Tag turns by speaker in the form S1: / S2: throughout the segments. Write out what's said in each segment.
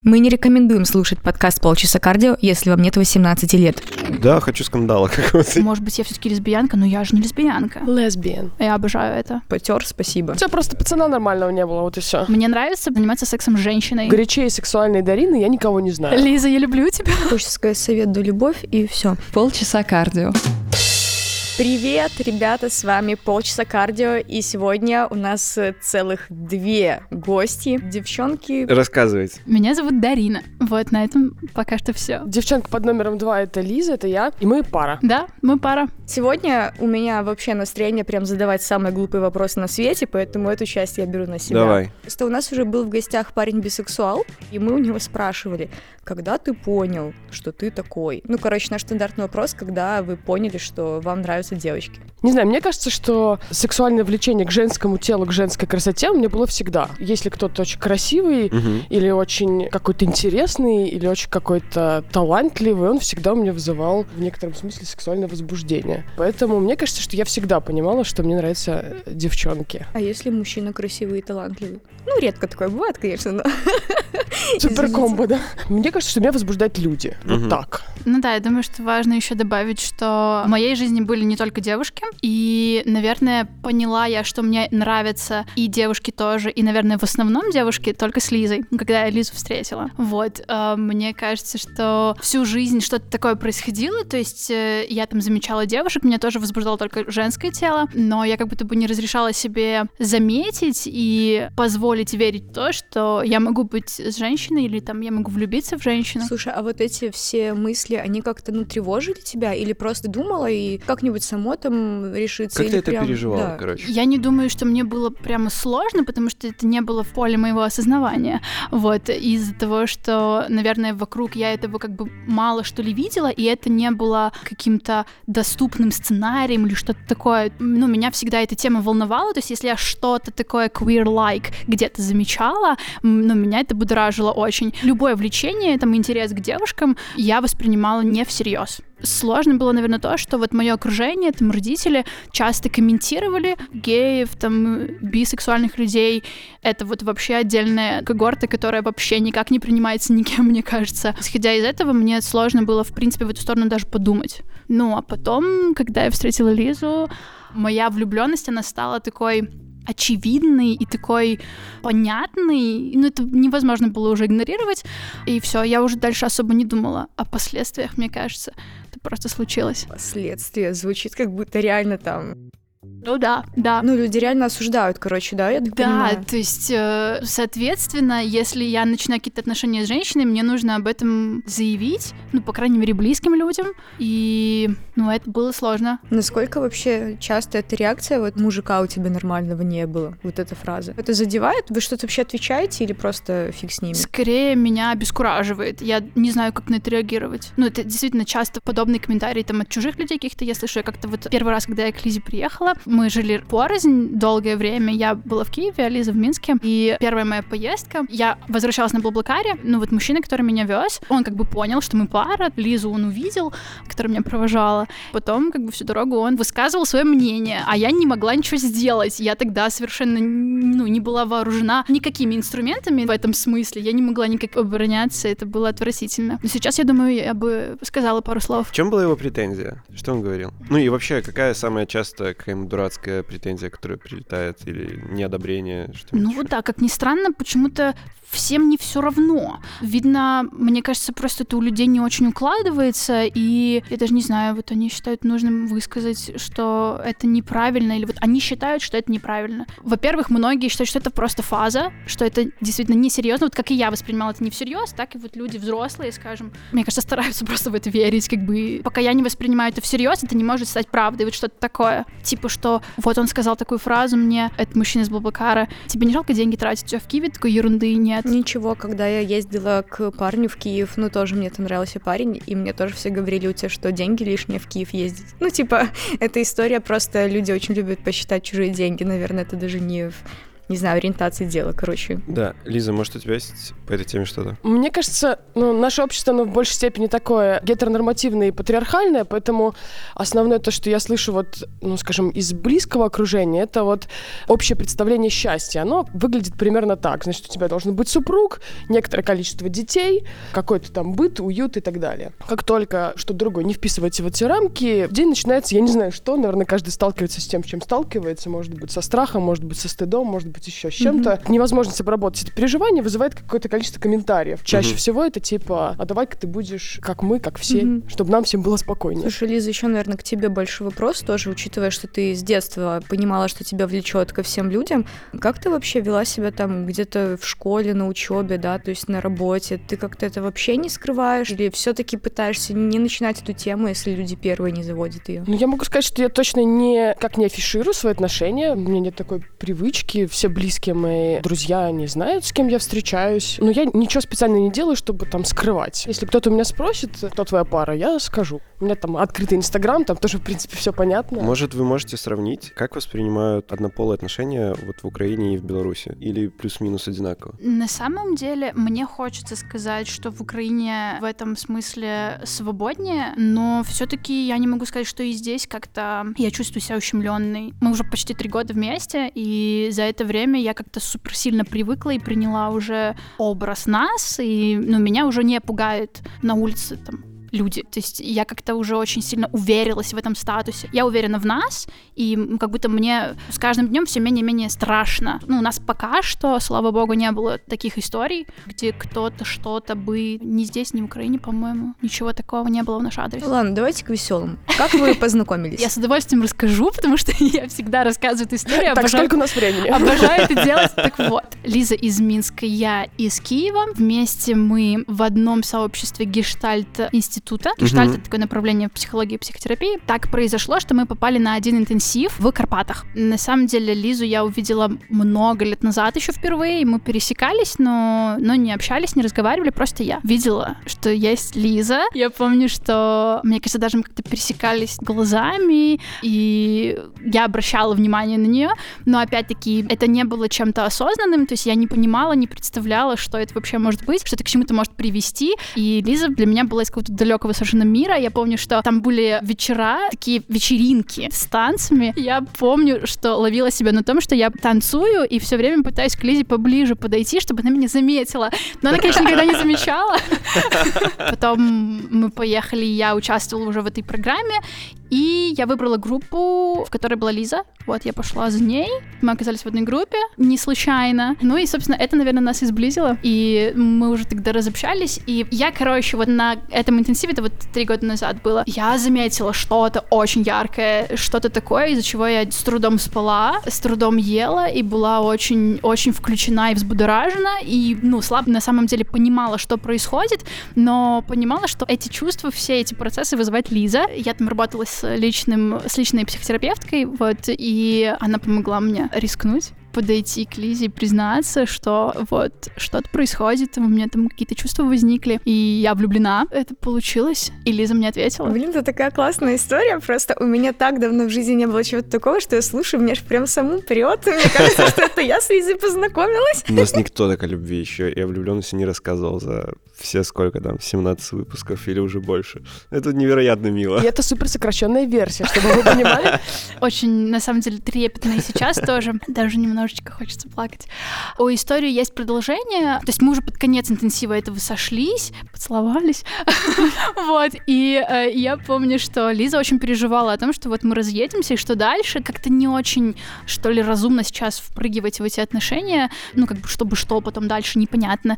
S1: Мы не рекомендуем слушать подкаст «Полчаса кардио», если вам нет 18 лет.
S2: Да, хочу скандала какого-то.
S3: Может быть, я все-таки лесбиянка, но я же не лесбиянка.
S4: Лесбиян.
S3: Я обожаю это.
S1: Потер, спасибо.
S4: У тебя просто пацана нормального не было, вот и все.
S3: Мне нравится заниматься сексом с женщиной.
S4: Горячее сексуальной Дарины я никого не знаю.
S3: Лиза, я люблю тебя.
S1: Хочется сказать совет да любовь, и все.
S5: Полчаса кардио.
S1: Привет, ребята, с вами «Полчаса кардио», и сегодня у нас целых 2 гости, девчонки.
S2: Рассказывайте.
S3: Меня зовут Дарина. Вот, на этом пока что все.
S4: Девчонка под номером 2 — это Лиза, это я, и мы пара.
S3: Да, мы пара.
S1: Сегодня у меня вообще настроение прям задавать самые глупые вопросы на свете, поэтому эту часть я беру на себя.
S2: Давай.
S1: Просто у нас уже был в гостях парень-бисексуал, и мы у него спрашивали, когда ты понял, что ты такой? Ну, короче, наш стандартный вопрос, когда вы поняли, что вам нравятся девочки.
S4: Не знаю, мне кажется, что сексуальное влечение к женскому телу, к женской красоте у меня было всегда. Если кто-то очень красивый, или очень какой-то интересный, или очень какой-то талантливый, он всегда у меня вызывал в некотором смысле сексуальное возбуждение. Поэтому мне кажется, что я всегда понимала, что мне нравятся девчонки.
S1: А если мужчина красивый и талантливый? Ну, редко такое бывает, конечно, но...
S4: Суперкомбо, да? Мне кажется, что меня возбуждают люди. Вот так.
S3: Ну да, я думаю, что важно еще добавить, что в моей жизни были не только девушки, и, наверное, поняла я, что мне нравятся и девушки тоже, и, наверное, в основном девушки только с Лизой, когда я Лизу встретила. Вот, мне кажется, что всю жизнь что-то такое происходило, то есть я там замечала девушек, меня тоже возбуждало только женское тело, но я как будто бы не разрешала себе заметить и позволить верить в то, что я могу быть с женщиной или там я могу влюбиться в женщину.
S1: Слушай, а вот эти все мысли, они как-то, тревожили тебя или просто думала и как-нибудь само там решиться?
S2: Как
S1: или
S2: ты это
S1: прям...
S2: переживала,
S1: да.
S2: короче?
S3: Я не думаю, что мне было прямо сложно, потому что это не было в поле моего осознавания. Вот, из-за того, что, наверное, вокруг я этого как бы мало что ли видела, и это не было каким-то доступным сценарием или что-то такое. Ну, меня всегда эта тема волновала, то есть если я что-то такое queer-like где-то замечала, меня это будоражило очень. Любое влечение, там, интерес к девушкам я воспринимала не всерьез. Сложно было, наверное, то, что вот мое окружение, там, родители часто комментировали геев, там, бисексуальных людей. Это вот вообще отдельная когорта, которая вообще никак не принимается никем, мне кажется. Исходя из этого, мне сложно было, в принципе, в эту сторону даже подумать. Ну, а потом, когда я встретила Лизу, моя влюбленность, она стала такой очевидный и такой понятный, это невозможно было уже игнорировать, и все, я уже дальше особо не думала о последствиях, мне кажется, это просто случилось.
S1: Последствия звучит как будто реально там...
S3: Ну да.
S1: Люди реально осуждают, короче, да, я так понимаю?
S3: Да, то есть, соответственно, если я начинаю какие-то отношения с женщиной, мне нужно об этом заявить, по крайней мере, близким людям, и, это было сложно.
S1: Насколько вообще часто эта реакция, вот, мужика у тебя нормального не было, вот эта фраза? Это задевает? Вы что-то вообще отвечаете или просто фиг с ними?
S3: Скорее меня обескураживает, я не знаю, как на это реагировать. Это действительно часто подобные комментарии там от чужих людей каких-то я слышу, я как-то вот первый раз, когда я к Лизе приехала, мы жили порознь долгое время. Я была в Киеве, а Лиза в Минске. И первая моя поездка, я возвращалась на Блаблакаре. Мужчина, который меня вез, он как бы понял, что мы пара. Лизу он увидел, которая меня провожала. Потом как бы всю дорогу он высказывал свое мнение, а я не могла ничего сделать. Я тогда совершенно не была вооружена никакими инструментами в этом смысле. Я не могла никак обороняться. Это было отвратительно. Но сейчас, я думаю, я бы сказала пару слов.
S2: В чем была его претензия? Что он говорил? И вообще, какая самая частая какая-нибудь дурацкая претензия, которая прилетает, или неодобрение?
S3: Да, как ни странно, почему-то всем не все равно. Видно, мне кажется, просто это у людей не очень укладывается, и я даже не знаю, вот они считают нужным высказать, что это неправильно, или вот они считают, что это неправильно. Во-первых, многие считают, что это просто фаза, что это действительно несерьезно, вот как и я воспринимала это не всерьез, так и вот люди взрослые, скажем, мне кажется, стараются просто в это верить, как бы, пока я не воспринимаю это всерьез, это не может стать правдой, вот что-то такое. Типа, что вот он сказал такую фразу мне, этот мужчина из Блаблакара, тебе не жалко деньги тратить, у тебя в Киеве такой ерунды нет.
S1: Ничего, когда я ездила к парню в Киев, тоже мне там нравился парень, и мне тоже все говорили у тебя, что деньги лишние в Киев ездить. Эта история просто, люди очень любят посчитать чужие деньги, наверное, это даже не не знаю, ориентации дела, короче.
S2: Да, Лиза, может, у тебя есть по этой теме что-то?
S4: Мне кажется, наше общество, оно в большей степени такое гетеронормативное и патриархальное, поэтому основное то, что я слышу скажем, из близкого окружения, это общее представление счастья. Оно выглядит примерно так. Значит, у тебя должен быть супруг, некоторое количество детей, какой-то там быт, уют и так далее. Как только что-то другое не вписывается в эти рамки, день начинается, я не знаю что, наверное, каждый сталкивается с тем, с чем сталкивается, может быть, со страхом, может быть, со стыдом, может быть, еще с чем-то. Невозможность обработать это переживание вызывает какое-то количество комментариев. Чаще всего это типа, а давай-ка ты будешь как мы, как все, чтобы нам всем было спокойнее.
S1: Слушай, Лиза, еще, наверное, к тебе большой вопрос тоже, учитывая, что ты с детства понимала, что тебя влечет ко всем людям. Как ты вообще вела себя там где-то в школе, на учебе, да, то есть на работе? Ты как-то это вообще не скрываешь? Или все-таки пытаешься не начинать эту тему, если люди первые не заводят ее?
S4: Я могу сказать, что я точно не афиширую свои отношения. У меня нет такой привычки. Все близкие мои друзья, они знают, с кем я встречаюсь. Но я ничего специально не делаю, чтобы там скрывать. Если кто-то у меня спросит, кто твоя пара, я скажу. У меня там открытый Инстаграм, там тоже, в принципе, все понятно.
S2: Может, вы можете сравнить, как воспринимают однополые отношения в Украине и в Беларуси? Или плюс-минус одинаково?
S3: На самом деле, мне хочется сказать, что в Украине в этом смысле свободнее, но все-таки я не могу сказать, что и здесь как-то я чувствую себя ущемленной. Мы уже почти 3 года вместе, и за это время я как-то супер сильно привыкла и приняла уже образ нас, и меня уже не пугает на улице там люди. То есть я как-то уже очень сильно уверилась в этом статусе. Я уверена в нас, и как будто мне с каждым днем все менее-менее страшно. У нас пока что, слава богу, не было таких историй, где кто-то что-то бы ни здесь, ни в Украине, по-моему, ничего такого не было в наш адрес.
S1: Ладно, давайте к веселому. Как вы познакомились?
S3: Я с удовольствием расскажу, потому что я всегда рассказываю эту историю.
S4: Так, сколько у нас времени?
S3: Обожаю это делать. Так вот, Лиза из Минска, я из Киева. Вместе мы в одном сообществе Гештальт-института. Гештальт — это такое направление в психологии и психотерапии. Так произошло, что мы попали на один интенсив в Карпатах. На самом деле Лизу я увидела много лет назад еще впервые, и мы пересекались, но не общались, не разговаривали, просто я видела, что есть Лиза. Я помню, что, мне кажется, даже мы как-то пересекались глазами, и я обращала внимание на нее, но опять-таки это не было чем-то осознанным, то есть я не понимала, не представляла, что это вообще может быть, что это к чему-то может привести, и Лиза для меня была из какого-то далекого совершенно мира. Я помню, что там были вечера, такие вечеринки с танцами. Я помню, что ловила себя на том, что я танцую и все время пытаюсь к Лизе поближе подойти, чтобы она меня заметила. Но она, конечно, никогда не замечала. Потом мы поехали, я участвовала уже в этой программе, и я выбрала группу, в которой была Лиза. Вот, я пошла за ней. Мы оказались в одной группе, не случайно. И, собственно, это, наверное, нас и сблизило. И мы уже тогда разобщались. И я, вот на этом интенсиве, это 3 года назад было, я заметила что-то очень яркое, что-то такое, из-за чего я с трудом спала, с трудом ела, и была очень включена и взбудоражена. И, слабо на самом деле понимала, что происходит, но понимала, что эти чувства, все эти процессы вызывает Лиза. Я там работала с личной психотерапевткой, и она помогла мне рискнуть, подойти к Лизе и признаться, что что-то происходит, у меня там какие-то чувства возникли, и я влюблена. Это получилось, и Лиза мне ответила.
S1: Блин, это такая классная история, просто у меня так давно в жизни не было чего-то такого, что я слушаю, меня аж прям саму прет, и мне кажется, что это я с Лизой познакомилась.
S2: У нас никто так о любви еще и о влюбленности не рассказывал за все сколько там, 17 выпусков или уже больше. Это невероятно мило.
S4: И это супер сокращенная версия, чтобы вы понимали.
S3: Очень, на самом деле, трепетно и сейчас тоже. Даже немножечко хочется плакать. У истории есть продолжение. То есть мы уже под конец интенсива этого сошлись, поцеловались. И я помню, что Лиза очень переживала о том, что мы разъедемся, и что дальше. Как-то не очень, что ли, разумно сейчас впрыгивать в эти отношения. Чтобы что потом дальше, непонятно.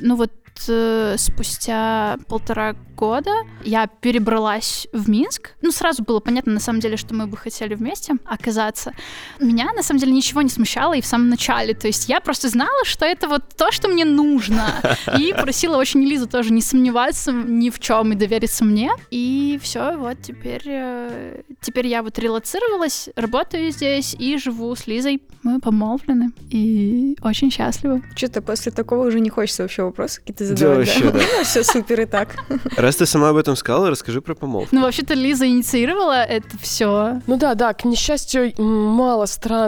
S3: Спустя 1,5 года я перебралась в Минск. Сразу было понятно, на самом деле, что мы бы хотели вместе оказаться. Меня, на самом деле, ничего не смущало и в самом начале. То есть я просто знала, что это то, что мне нужно. И просила очень Лизу тоже не сомневаться ни в чем и довериться мне. И все, теперь я релоцировалась, работаю здесь и живу с Лизой. Мы помолвлены и очень счастливы.
S1: Что-то после такого уже не хочется вообще вопросы какие-то задавать.
S2: Да, вообще, да.
S1: Все супер и так.
S2: Раз ты сама об этом сказала, расскажи про помолвку.
S3: Вообще-то Лиза инициировала это все.
S4: Да, к несчастью, мало стран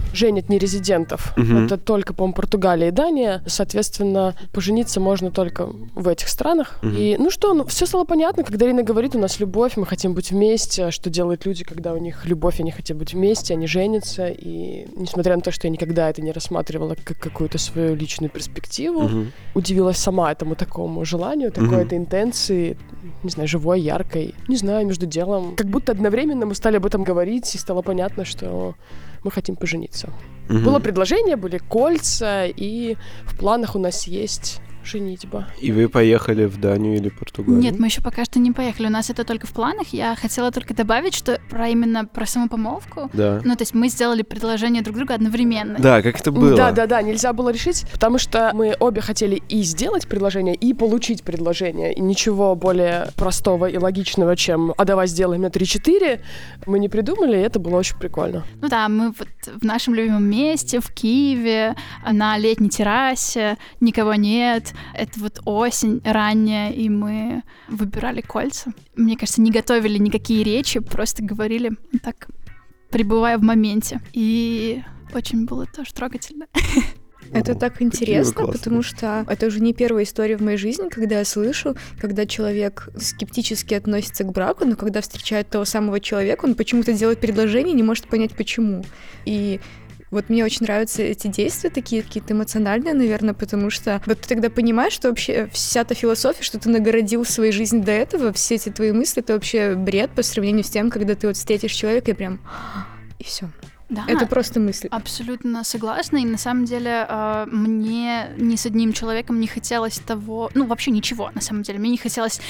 S4: женят нерезидентов. Это только, по-моему, Португалия и Дания. Соответственно, пожениться можно только в этих странах. И, все стало понятно, когда Ирина говорит, у нас любовь, мы хотим быть вместе. Что делают люди, когда у них любовь, они хотят быть вместе, они женятся. И несмотря на то, что я никогда это не рассматривала как какую-то свою личную перспективу, удивилась сама этому такому желанию, такой-то интенции, не знаю, живой, яркой. Не знаю, между делом. Как будто одновременно мы стали об этом говорить, и стало понятно, что мы хотим пожениться. Было предложение, были кольца, и в планах у нас есть женитьба.
S2: И вы поехали в Данию или Португалию?
S3: Нет, мы еще пока что не поехали. У нас это только в планах. Я хотела только добавить, что именно про саму помолвку.
S2: Да.
S3: То есть мы сделали предложение друг другу одновременно.
S2: Да, как это было?
S4: Да, нельзя было решить, потому что мы обе хотели и сделать предложение, и получить предложение. И ничего более простого и логичного, чем «а давай сделаем на 3-4», мы не придумали, и это было очень прикольно.
S3: Мы вот в нашем любимом месте, в Киеве, на летней террасе, никого нет. Это вот осень ранняя, и мы выбирали кольца. Мне кажется, не готовили никакие речи, просто говорили так, пребывая в моменте. И очень было тоже трогательно.
S1: Это так интересно, потому что это уже не первая история в моей жизни, когда я слышу, когда человек скептически относится к браку, но когда встречает того самого человека, он почему-то делает предложение и не может понять, почему. И вот мне очень нравятся эти действия, такие какие-то эмоциональные, наверное, потому что вот ты тогда понимаешь, что вообще вся та философия, что ты нагородил в своей жизни до этого, все эти твои мысли, это вообще бред по сравнению с тем, когда ты вот встретишь человека и прям... и все.
S3: Да,
S1: это просто мысли.
S3: Абсолютно согласна. И на самом деле мне ни с одним человеком не хотелось того... вообще ничего, на самом деле. Мне не хотелось...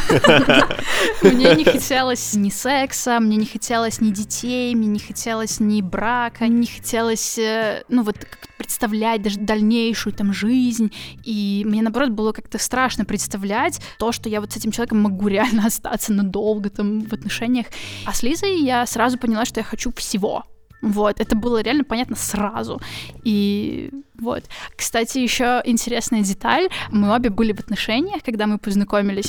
S3: Мне не хотелось ни секса, мне не хотелось ни детей, мне не хотелось ни брака, не хотелось, представлять даже дальнейшую там жизнь. И мне, наоборот, было как-то страшно представлять то, что я вот с этим человеком могу реально остаться надолго там в отношениях. А с Лизой я сразу поняла, что я хочу всего. Вот, это было реально понятно сразу. И вот. Кстати, еще интересная деталь. Мы обе были в отношениях, когда мы познакомились.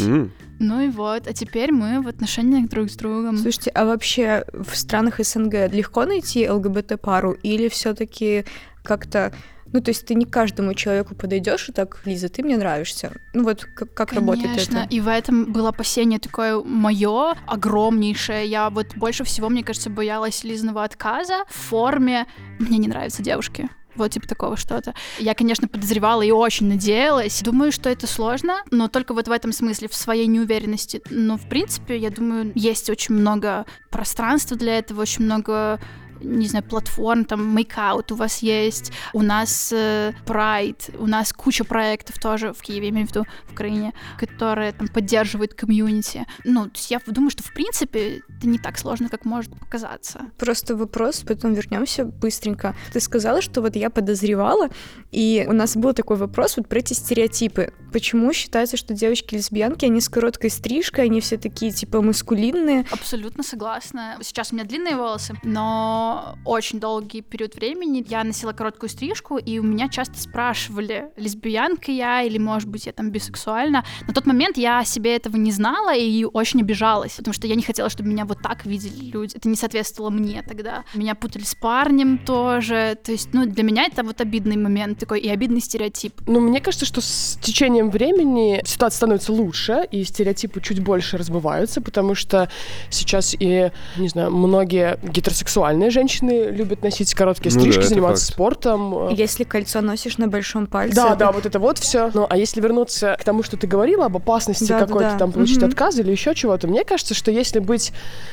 S3: А теперь мы в отношениях друг с другом.
S1: Слушайте, а вообще в странах СНГ легко найти ЛГБТ-пару или все-таки как-то... то есть ты не к каждому человеку подойдешь и так, Лиза, ты мне нравишься. Как работает это?
S3: Конечно, и в этом было опасение такое мое, огромнейшее. Я вот больше всего, мне кажется, боялась Лизиного отказа в форме «мне не нравятся девушки». Вот типа такого что-то. Я, конечно, подозревала и очень надеялась. Думаю, что это сложно, но только вот в этом смысле, в своей неуверенности. Но, в принципе, я думаю, есть очень много пространства для этого, очень много... не знаю, платформ, там, Make-out у вас есть, у нас Pride, у нас куча проектов тоже в Киеве, имею в виду, в Украине, которые там поддерживают комьюнити. То есть я думаю, что в принципе это не так сложно, как может показаться.
S1: Просто вопрос, потом вернемся быстренько. Ты сказала, что вот я подозревала, и у нас был такой вопрос вот про эти стереотипы. Почему считается, что девочки-лесбиянки, они с короткой стрижкой, они все такие, типа, маскулинные?
S3: Абсолютно согласна. Сейчас у меня длинные волосы, но очень долгий период времени я носила короткую стрижку, и у меня часто спрашивали, лесбиянка я или, может быть, я там бисексуальна. На тот момент я о себе этого не знала и очень обижалась, потому что я не хотела, чтобы меня вот так видели люди. Это не соответствовало мне тогда. Меня путали с парнем тоже. То есть, для меня это вот обидный момент такой и обидный стереотип.
S4: Мне кажется, что с течением времени ситуация становится лучше, и стереотипы чуть больше разбываются, потому что сейчас и, не знаю, многие гетеросексуальные женщины любят носить короткие стрижки, заниматься спортом.
S1: Если кольцо носишь на большом пальце.
S4: Да, вот это вот все. А если вернуться к тому, что ты говорила об опасности какой-то там получить отказ или еще чего-то, мне кажется, что если быть,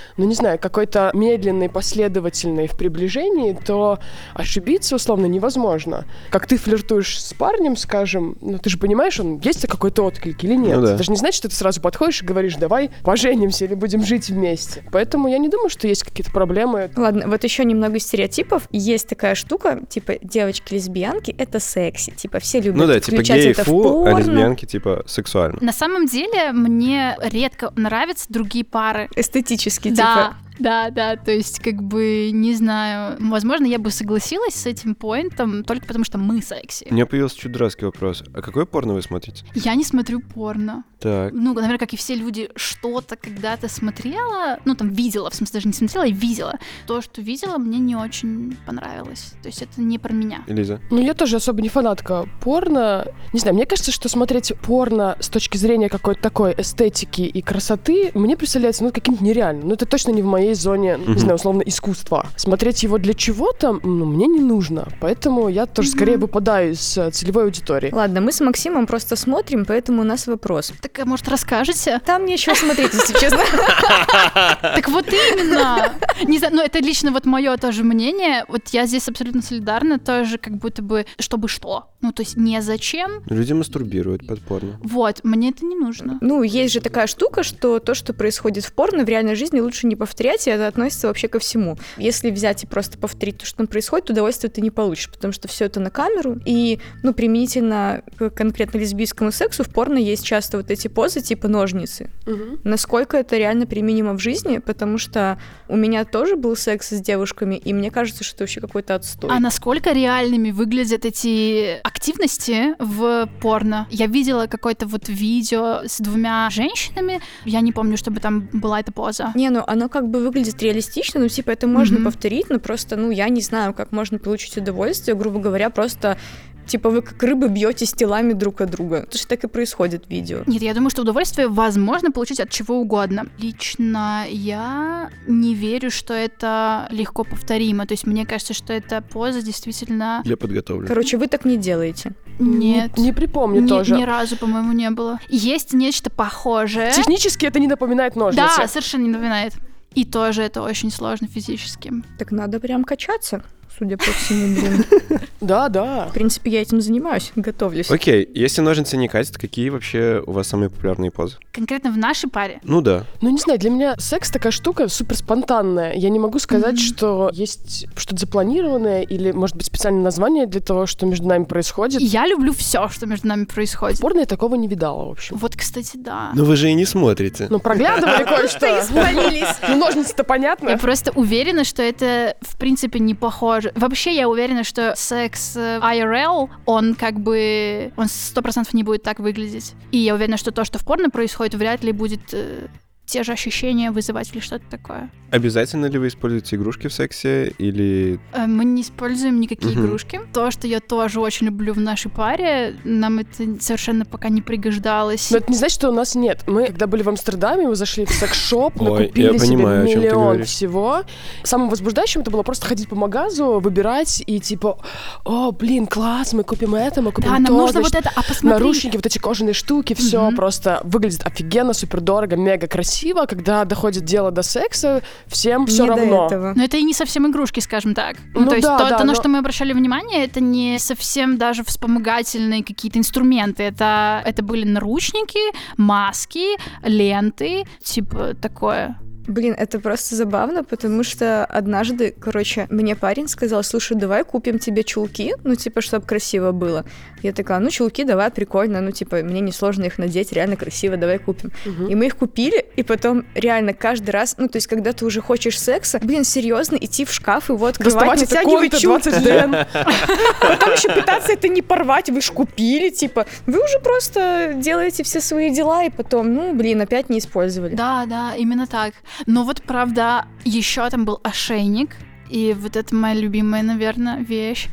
S4: какой-то медленной, последовательной в приближении, то ошибиться условно невозможно. Как ты флиртуешь с парнем, скажем, ты же понимаешь, есть какой-то отклик или нет. Это же не значит, что ты сразу подходишь и говоришь, давай поженимся или будем жить вместе. Поэтому я не думаю, что есть какие-то проблемы.
S1: Ладно, вот еще немного стереотипов. Есть такая штука, типа, девочки-лесбиянки — это секси. Типа, все любят включать это в порно.
S2: А лесбиянки, типа, сексуально.
S3: На самом деле, мне редко нравятся другие пары.
S1: Эстетически,
S3: да.
S1: типа.
S3: Да, то есть, как бы, не знаю, возможно, я бы согласилась с этим поинтом только потому, что мы секси.
S2: У меня появился чуть дурацкий вопрос. А какое порно вы смотрите?
S3: Я не смотрю порно.
S2: Так.
S3: Ну, наверное, как и все люди, что-то когда-то смотрела, ну, там, видела, в смысле, даже не смотрела, а видела. То, что видела, мне не очень понравилось. То есть это не про меня.
S2: Лиза?
S4: Ну, я тоже особо не фанатка порно. Не знаю, мне кажется, что смотреть порно с точки зрения какой-то такой эстетики и красоты мне представляется, ну, каким-то нереальным. Ну, это точно не в моей зоне, не знаю, условно, искусства. Смотреть его для чего-то, ну, мне не нужно. Поэтому я тоже скорее выпадаю из целевой аудитории.
S1: Ладно, мы с Максимом просто смотрим, поэтому у нас вопрос.
S3: Так, может, расскажете?
S1: Там нечего смотреть, если честно.
S3: Так вот именно. Не знаю, ну это лично вот мое тоже мнение. Вот я здесь абсолютно солидарна, тоже как будто бы, чтобы что. Ну, то есть не зачем.
S2: Люди мастурбируют под порно.
S3: Вот, мне это не нужно.
S1: Ну, есть же такая штука, что то, что происходит в порно, в реальной жизни лучше не повторять, и это относится вообще ко всему. Если взять и просто повторить то, что там происходит, удовольствия ты не получишь, потому что все это на камеру. И, ну, применительно к конкретно лесбийскому сексу в порно есть часто вот эти позы типа ножницы. Насколько это реально применимо в жизни, потому что у меня тоже был секс с девушками, и мне кажется, что это вообще какой-то отстой.
S3: А насколько реальными выглядят эти активности в порно? Я видела какое-то вот видео с 2 женщинами, я не помню, чтобы там была эта поза.
S1: Не, ну оно как бы выглядит реалистично, ну типа это можно повторить, но просто, ну я не знаю, как можно получить удовольствие, грубо говоря, просто типа вы как рыбы бьетесь телами друг от друга. Это же так и происходит в видео.
S3: Нет, я думаю, что удовольствие возможно получить от чего угодно. Лично я не верю, что это легко повторимо. То есть мне кажется, что эта поза действительно...
S2: Для подготовленных.
S1: Короче, вы так не делаете.
S3: Нет.
S4: Не припомню тоже.
S3: Ни разу, по-моему, не было. Есть нечто похожее.
S4: Технически это не напоминает ножницы.
S3: Да, совершенно не напоминает. И тоже это очень сложно физически.
S1: Так надо прям качаться, судя по всему, блин.
S4: Да.
S1: В принципе, я этим занимаюсь, готовлюсь.
S2: Окей, если ножницы не катят, какие вообще у вас самые популярные позы?
S3: Конкретно в нашей паре?
S2: Ну да.
S4: Ну, не знаю, для меня секс такая штука супер спонтанная. Я не могу сказать, что есть что-то запланированное или, может быть, специальное название для того, что между нами происходит.
S3: Я люблю все, что между нами происходит.
S4: В порно я такого не видала, в общем.
S3: Вот, кстати, да.
S2: Но вы же и не смотрите.
S4: Ну, проглядывали кое-что. Ну, ножницы-то понятно.
S3: Я просто уверена, что это, в принципе, не похоже. Вообще, я уверена, что секс IRL, он как бы... Он 100% не будет так выглядеть. И я уверена, что то, что в порно происходит, вряд ли будет те же ощущения вызывать или что-то такое.
S2: Обязательно ли вы используете игрушки в сексе или...
S3: Мы не используем никакие игрушки. То, что я тоже очень люблю в нашей паре, нам это совершенно пока не пригождалось.
S4: Но это не значит, что у нас нет. Мы, когда были в Амстердаме, мы зашли в секс-шоп, мы
S2: Ой,
S4: купили
S2: я
S4: себе
S2: понимаю, о чем ты
S4: миллион
S2: говоришь.
S4: всего. Самым возбуждающим это было просто ходить по магазу, выбирать и типа, о, блин, класс, мы купим это, мы купим
S3: да,
S4: то.
S3: нам нужно
S4: значит,
S3: вот это, а посмотри.
S4: наручники, вот эти кожаные штуки, все просто выглядит офигенно, супер дорого, мега красиво. Когда доходит дело до секса, всем все равно.
S3: Но это и не совсем игрушки, скажем так.
S4: Ну,
S3: то есть
S4: да,
S3: на что мы обращали внимание, это не совсем даже вспомогательные какие-то инструменты. Это были наручники, маски, ленты, типа такое.
S1: Блин, это просто забавно, потому что однажды, короче, мне парень сказал: слушай, давай купим тебе чулки, ну, типа, чтобы красиво было. Я такая, ну, чулки, давай, прикольно, ну, типа, мне несложно их надеть, реально красиво, давай купим. И мы их купили, и потом реально каждый раз, ну, то есть, когда ты уже хочешь секса, блин, серьезно, идти в шкаф, его открывать, натягивать чулки. Потом еще пытаться это не порвать, вы ж купили, типа, вы уже просто делаете все свои дела, и потом, ну, блин, опять не использовали.
S3: Да, именно так. Но вот, правда, еще там был ошейник, и вот это моя любимая, наверное, вещь.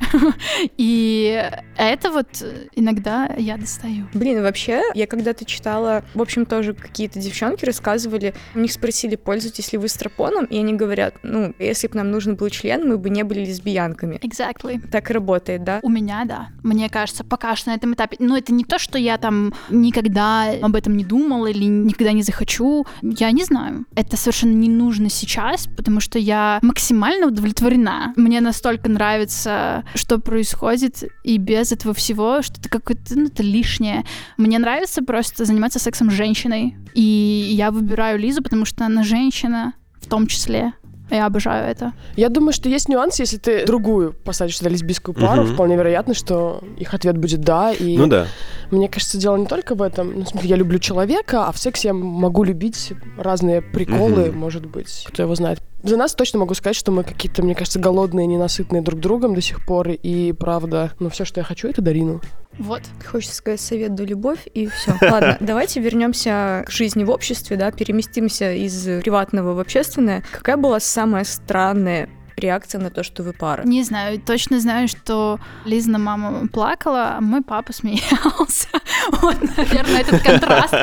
S3: И это вот иногда я достаю.
S1: Блин, вообще, я когда-то читала, в общем, тоже какие-то девчонки рассказывали, у них спросили, пользуетесь ли вы стропоном, и они говорят, ну, если бы нам нужен был член, мы бы не были лесбиянками.
S3: Exactly.
S1: Так и работает, да?
S3: У меня, да. Мне кажется, пока что на этом этапе. Но это не то, что я там никогда об этом не думала или никогда не захочу. Я не знаю. Это совершенно не нужно сейчас, потому что я максимально удовлетворена. Мне настолько нравится, что происходит, и без этого всего что-то какое-то, ну, это лишнее. Мне нравится просто заниматься сексом с женщиной. И я выбираю Лизу, потому что она женщина в том числе. Я обожаю это.
S4: Я думаю, что есть нюанс, если ты другую посадишь сюда лесбийскую пару, вполне вероятно, что их ответ будет «да». И мне кажется, дело не только в этом. Ну, смотри, я люблю человека, а в сексе я могу любить разные приколы, может быть. Кто его знает. За нас точно могу сказать, что мы какие-то, мне кажется, голодные, ненасытные друг другом до сих пор. И правда, все, что я хочу, это Дарину.
S3: Вот.
S1: Хочется сказать совет да любовь, и все. Ладно, давайте вернемся к жизни в обществе, да, переместимся из приватного в общественное. Какая была самая странная реакция на то, что вы пара?
S3: Не знаю, точно знаю, что Лизина мама плакала, а мой папа смеялся. Вот, наверное, этот контраст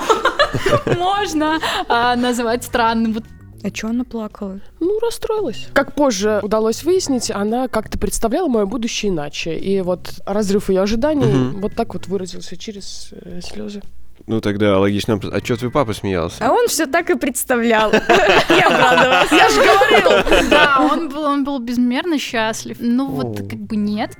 S3: можно назвать странным.
S1: А чё она плакала?
S4: Расстроилась. Как позже удалось выяснить, она как-то представляла мое будущее иначе. И вот разрыв ее ожиданий вот так вот выразился через слезы.
S2: Ну тогда логично. А чё твой папа смеялся?
S1: А он все так и представлял. Я обрадовалась. Я же говорил.
S3: Да, он был безмерно счастлив. Ну вот как бы нет.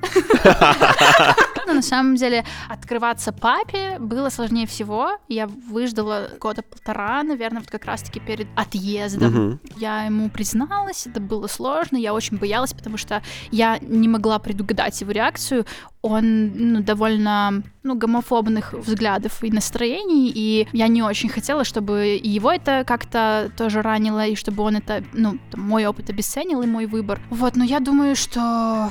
S3: На самом деле открываться папе было сложнее всего. Я выждала 1.5 года, наверное, вот как раз-таки перед отъездом. Я ему призналась, это было сложно, я очень боялась, потому что я не могла предугадать его реакцию. Он довольно гомофобных взглядов и настроений, и я не очень хотела, чтобы его это как-то тоже ранило, и чтобы он это, мой опыт обесценил и мой выбор. Вот, но я думаю, что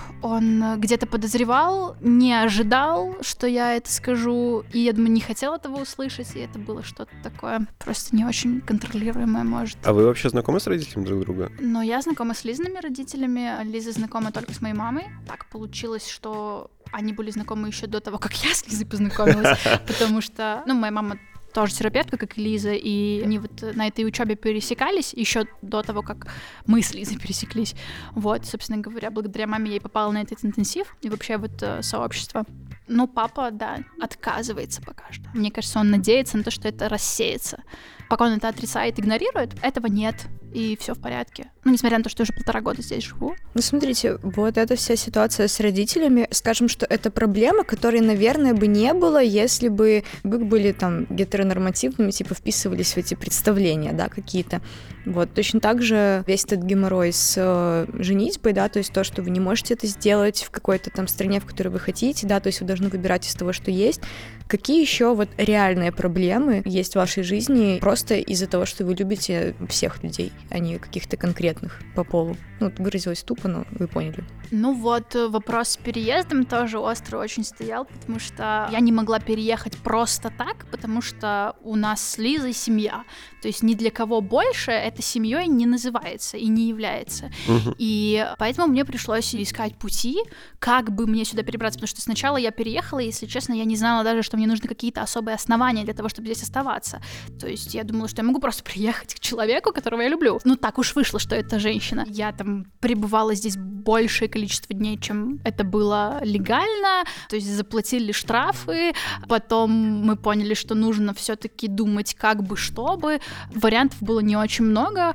S3: он где-то подозревал, не ожидал, что я это скажу, и, я думаю, не хотел этого услышать, и это было что-то такое просто не очень контролируемое, может.
S2: А вы вообще знакомы с родителями друг друга?
S3: Ну, я знакома с Лизиными родителями, Лиза знакома только с моей мамой. Так получилось, что они были знакомы еще до того, как я с Лизой познакомилась, потому что, моя мама тоже терапевтка, как и Лиза, и они вот на этой учебе пересекались еще до того, как мы с Лизой пересеклись. Вот, собственно говоря, благодаря маме я и попала на этот интенсив и вообще вот сообщество. Но папа, да, отказывается пока что. Мне кажется, он надеется на то, что это рассеется. Пока он это отрицает, игнорирует, этого нет, и все в порядке. Несмотря на то, что я уже 1.5 года здесь живу.
S1: Смотрите, вот эта вся ситуация с родителями, скажем, что это проблема, которой, наверное, бы не было, если бы вы были там гетеронормативными, типа вписывались в эти представления, да, какие-то. Вот, точно так же весь этот геморрой с женитьбой, да, то есть то, что вы не можете это сделать в какой-то там стране, в которой вы хотите, да, то есть вы должны выбирать из того, что есть. Какие еще вот реальные проблемы есть в вашей жизни просто из-за того, что вы любите всех людей, а не каких-то конкретных по полу? Выразилась тупо, но вы поняли.
S3: Вопрос с переездом тоже остро очень стоял, потому что я не могла переехать просто так, потому что у нас с Лизой семья. То есть ни для кого больше это семьей не называется и не является. И поэтому мне пришлось искать пути, как бы мне сюда перебраться, потому что сначала я переехала, и, если честно, я не знала даже, что мне нужны какие-то особые основания для того, чтобы здесь оставаться. То есть я думала, что я могу просто приехать к человеку, которого я люблю. Так уж вышло, что это женщина. Я там пребывала здесь большее количество дней, чем это было легально, то есть заплатили штрафы, потом мы поняли, что нужно все-таки думать, как бы, чтобы. Вариантов было не очень много,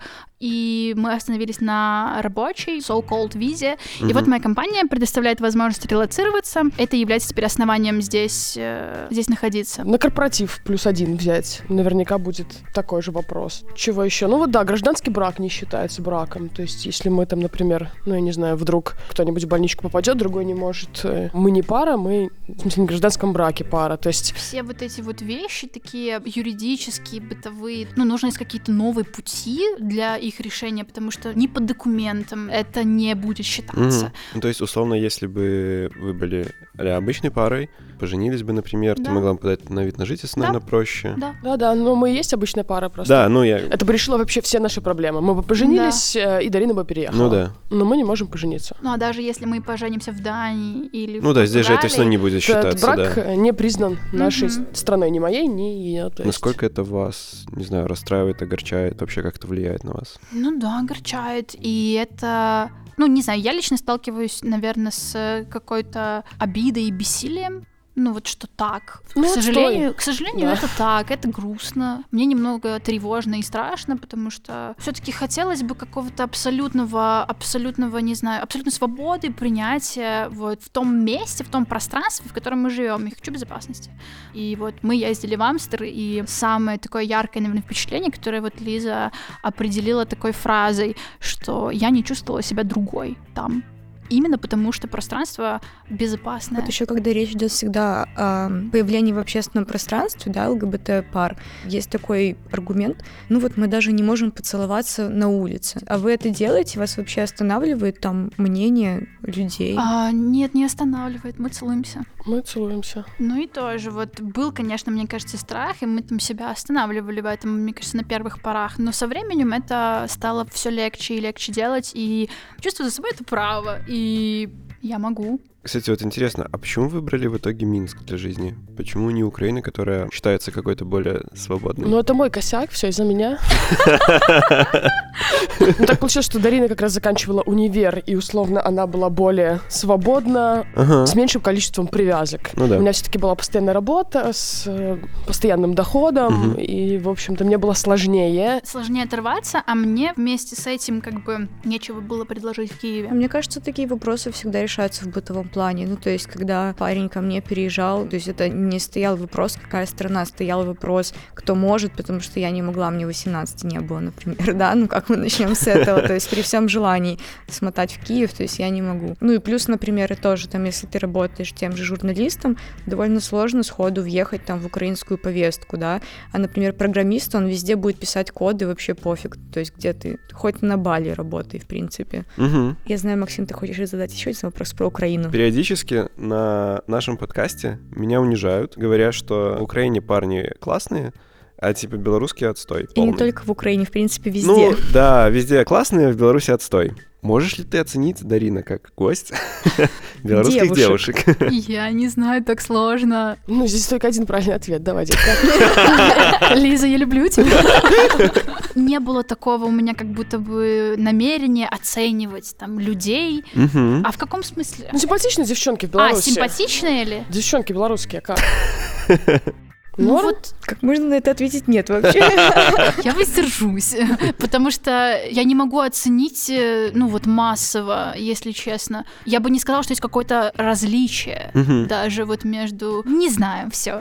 S3: и мы остановились на рабочей, so-called визе. И вот моя компания предоставляет возможность релоцироваться. Это является теперь основанием здесь находиться.
S4: На корпоратив +1 взять. Наверняка будет такой же вопрос. Чего еще? Гражданский брак не считается браком. То есть, если мы там, например, я не знаю, вдруг кто-нибудь в больничку попадет, другой не может. Мы не пара, мы, в смысле, не в гражданском браке пара. То есть...
S3: Все вот эти вот вещи, такие юридические, бытовые, нужно искать какие-то новые пути для их решения, потому что ни по документам это не будет считаться.
S2: То есть, условно, если бы вы были обычной парой, поженились бы, например, ты могла бы подать на вид на жительство, наверное, проще.
S4: Да, но мы и есть обычная пара просто.
S2: Да,
S4: Это бы решило вообще все наши проблемы. Мы бы поженились, и Дарина бы переехала. Но мы не можем пожениться.
S3: А даже если мы поженимся в Дании или в Португалии...
S2: здесь же это все равно не будет считаться,
S4: этот брак не признан нашей страной, ни моей, ни ее.
S2: Насколько это вас, не знаю, расстраивает, огорчает, вообще как-то влияет на вас?
S3: Огорчает, и это... не знаю, я лично сталкиваюсь, наверное, с какой-то обидой и бессилием ну вот что так.
S4: Ну,
S3: к сожалению,
S4: да.
S3: это так, это грустно. Мне немного тревожно и страшно, потому что все-таки хотелось бы какого-то абсолютного, не знаю, абсолютной свободы, принятия вот в том месте, в том пространстве, в котором мы живем. Я хочу безопасности. И вот мы ездили в Амстер, и самое такое яркое, наверное, впечатление, которое вот Лиза определила такой фразой, что я не чувствовала себя другой там. Именно потому, что пространство безопасное.
S1: Вот еще когда речь идет всегда о появлении в общественном пространстве, да, ЛГБТ-пар, есть такой аргумент, ну вот мы даже не можем поцеловаться на улице. А вы это делаете? Вас вообще останавливает там мнение людей?
S3: Нет, не останавливает, мы целуемся.
S4: Мы целуемся.
S3: Ну и тоже, вот был, конечно, мне кажется, страх, и мы там себя останавливали в этом, мне кажется, на первых порах, но со временем это стало все легче и легче делать, и чувствую за собой это право, и я могу.
S2: Кстати, вот интересно, а почему выбрали в итоге Минск для жизни? Почему не Украина, которая считается какой-то более свободной?
S4: Ну, это мой косяк, все из-за меня. Ну, так получилось, что Дарина как раз заканчивала универ, и условно она была более свободна, с меньшим количеством привязок. У меня все-таки была постоянная работа с постоянным доходом, и, в общем-то, мне было сложнее.
S3: Сложнее оторваться, а мне вместе с этим как бы нечего было предложить в Киеве.
S1: Мне кажется, такие вопросы всегда решаются в бытовом плане. Ну, то есть, когда парень ко мне переезжал, то есть это не стоял вопрос, какая страна, стоял вопрос, кто может, потому что я не могла, мне 18 не было, например, да, ну как мы начнем с этого, то есть при всем желании смотать в Киев, то есть я не могу. Ну и плюс, например, и тоже, там, если ты работаешь тем же журналистом, довольно сложно сходу въехать там в украинскую повестку, да, а, например, программист, он везде будет писать коды, вообще пофиг, то есть где ты, хоть на Бали работай, в принципе. Я знаю, Максим, ты хочешь задать еще один вопрос про Украину.
S2: Периодически на нашем подкасте меня унижают, говоря, что в Украине парни классные, а типа белорусский отстой.
S1: И не только в Украине, в принципе, везде.
S2: Ну, да, везде классные, в Беларуси отстой. Можешь ли ты оценить, Дарина, как гость белорусских девушек?
S3: Я не знаю, так сложно.
S4: Ну, здесь только один правильный ответ, давай, детка.
S3: Лиза, я люблю тебя. Не было такого у меня как будто бы намерения оценивать там людей. А в каком смысле?
S4: Ну, симпатичные девчонки в Беларуси.
S3: Симпатичные ли?
S4: Девчонки белорусские, как?
S1: Ну вот, как можно на это ответить нет вообще?
S3: Я воздержусь, потому что я не могу оценить, ну вот массово, если честно. Я бы не сказала, что есть какое-то различие даже вот между... Не знаю, все.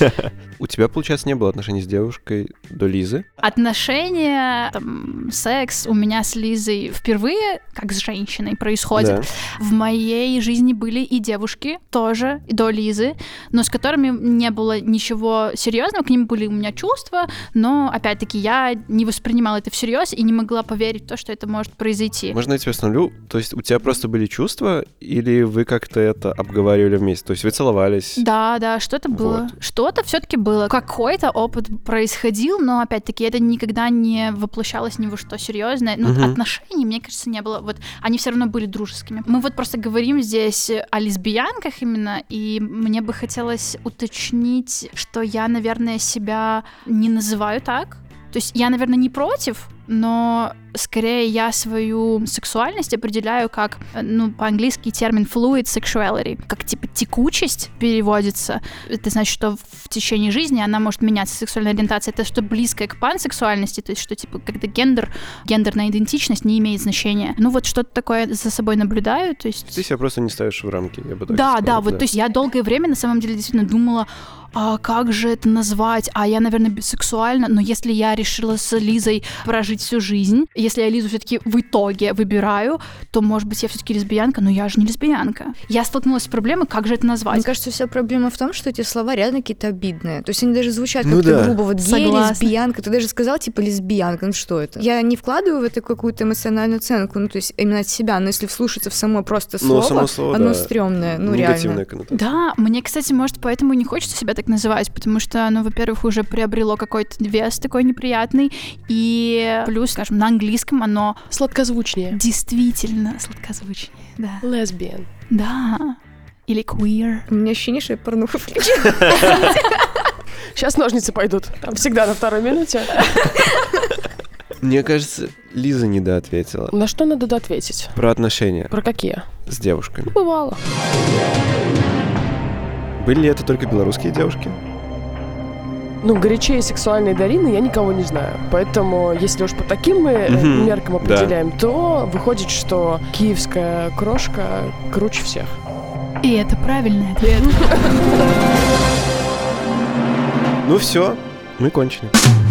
S2: У тебя, получается, не было отношений с девушкой до Лизы?
S3: Отношения, там, секс у меня с Лизой впервые, как с женщиной, происходит.
S2: Да.
S3: В моей жизни были и девушки тоже, и до Лизы, но с которыми не было ничего серьезного, к ним были у меня чувства, но, опять-таки, я не воспринимала это всерьез и не могла поверить в то, что это может произойти.
S2: Можно я тебя остановлю? То есть у тебя просто были чувства, или вы как-то это обговаривали вместе? То есть вы целовались?
S3: Да, что-то было. Вот. Что-то все-таки было. Какой-то опыт происходил, но, опять-таки, это никогда не воплощалось ни во что серьезное. Ну, отношений, мне кажется, не было. Вот они все равно были дружескими. Мы вот просто говорим здесь о лесбиянках именно, и мне бы хотелось уточнить, что я, наверное, себя не называю так. То есть я, наверное, не против, но скорее я свою сексуальность определяю как, ну, по-английски термин fluid sexuality, как типа текучесть переводится. Это значит, что в течение жизни она может меняться, сексуальная ориентация. Это что близкое к пансексуальности, то есть что типа когда гендерная идентичность не имеет значения. Ну вот что-то такое за собой наблюдаю, то есть...
S2: Ты себя просто не ставишь в рамки, я бы так сказала.
S3: Да, вот, то есть я долгое время на самом деле действительно думала, а как же это назвать? А я, наверное, бисексуальна, но если я решила с Лизой прожить всю жизнь, если я Лизу все-таки в итоге выбираю, то, может быть, я все-таки лесбиянка, но я же не лесбиянка. Я столкнулась с проблемой, как же это назвать.
S1: Мне кажется, вся проблема в том, что эти слова реально какие-то обидные. То есть они даже звучат как-то грубо. Вот гей, лесбиянка. Ты даже сказал, типа, лесбиянка. Ну что это? Я не вкладываю в это какую-то эмоциональную оценку, ну то есть именно от себя, но если вслушаться в само просто слово, оно стрёмное, ну реально.
S3: Да, мне, кстати, может, поэтому и не хочется себя так называть, потому что оно, во-первых, уже приобрело какой-то вес такой неприятный, и плюс, скажем, на английском оно...
S4: Сладкозвучнее.
S3: Действительно сладкозвучнее, да.
S4: Лесбиян.
S3: Да. Или queer.
S1: У меня ощущение, что я порнуху включила.
S4: Сейчас ножницы пойдут. Там всегда на второй минуте.
S2: Мне кажется, Лиза недоответила.
S4: На что надо доответить?
S2: Про отношения.
S4: Про какие?
S2: С девушками.
S4: Бывало.
S2: Были ли это только белорусские девушки?
S4: Ну, горячее сексуальной Дарины я никого не знаю. Поэтому, если уж по таким мы меркам определяем, то выходит, что киевская крошка круче всех.
S3: И это правильный ответ.
S2: Ну все, мы кончили.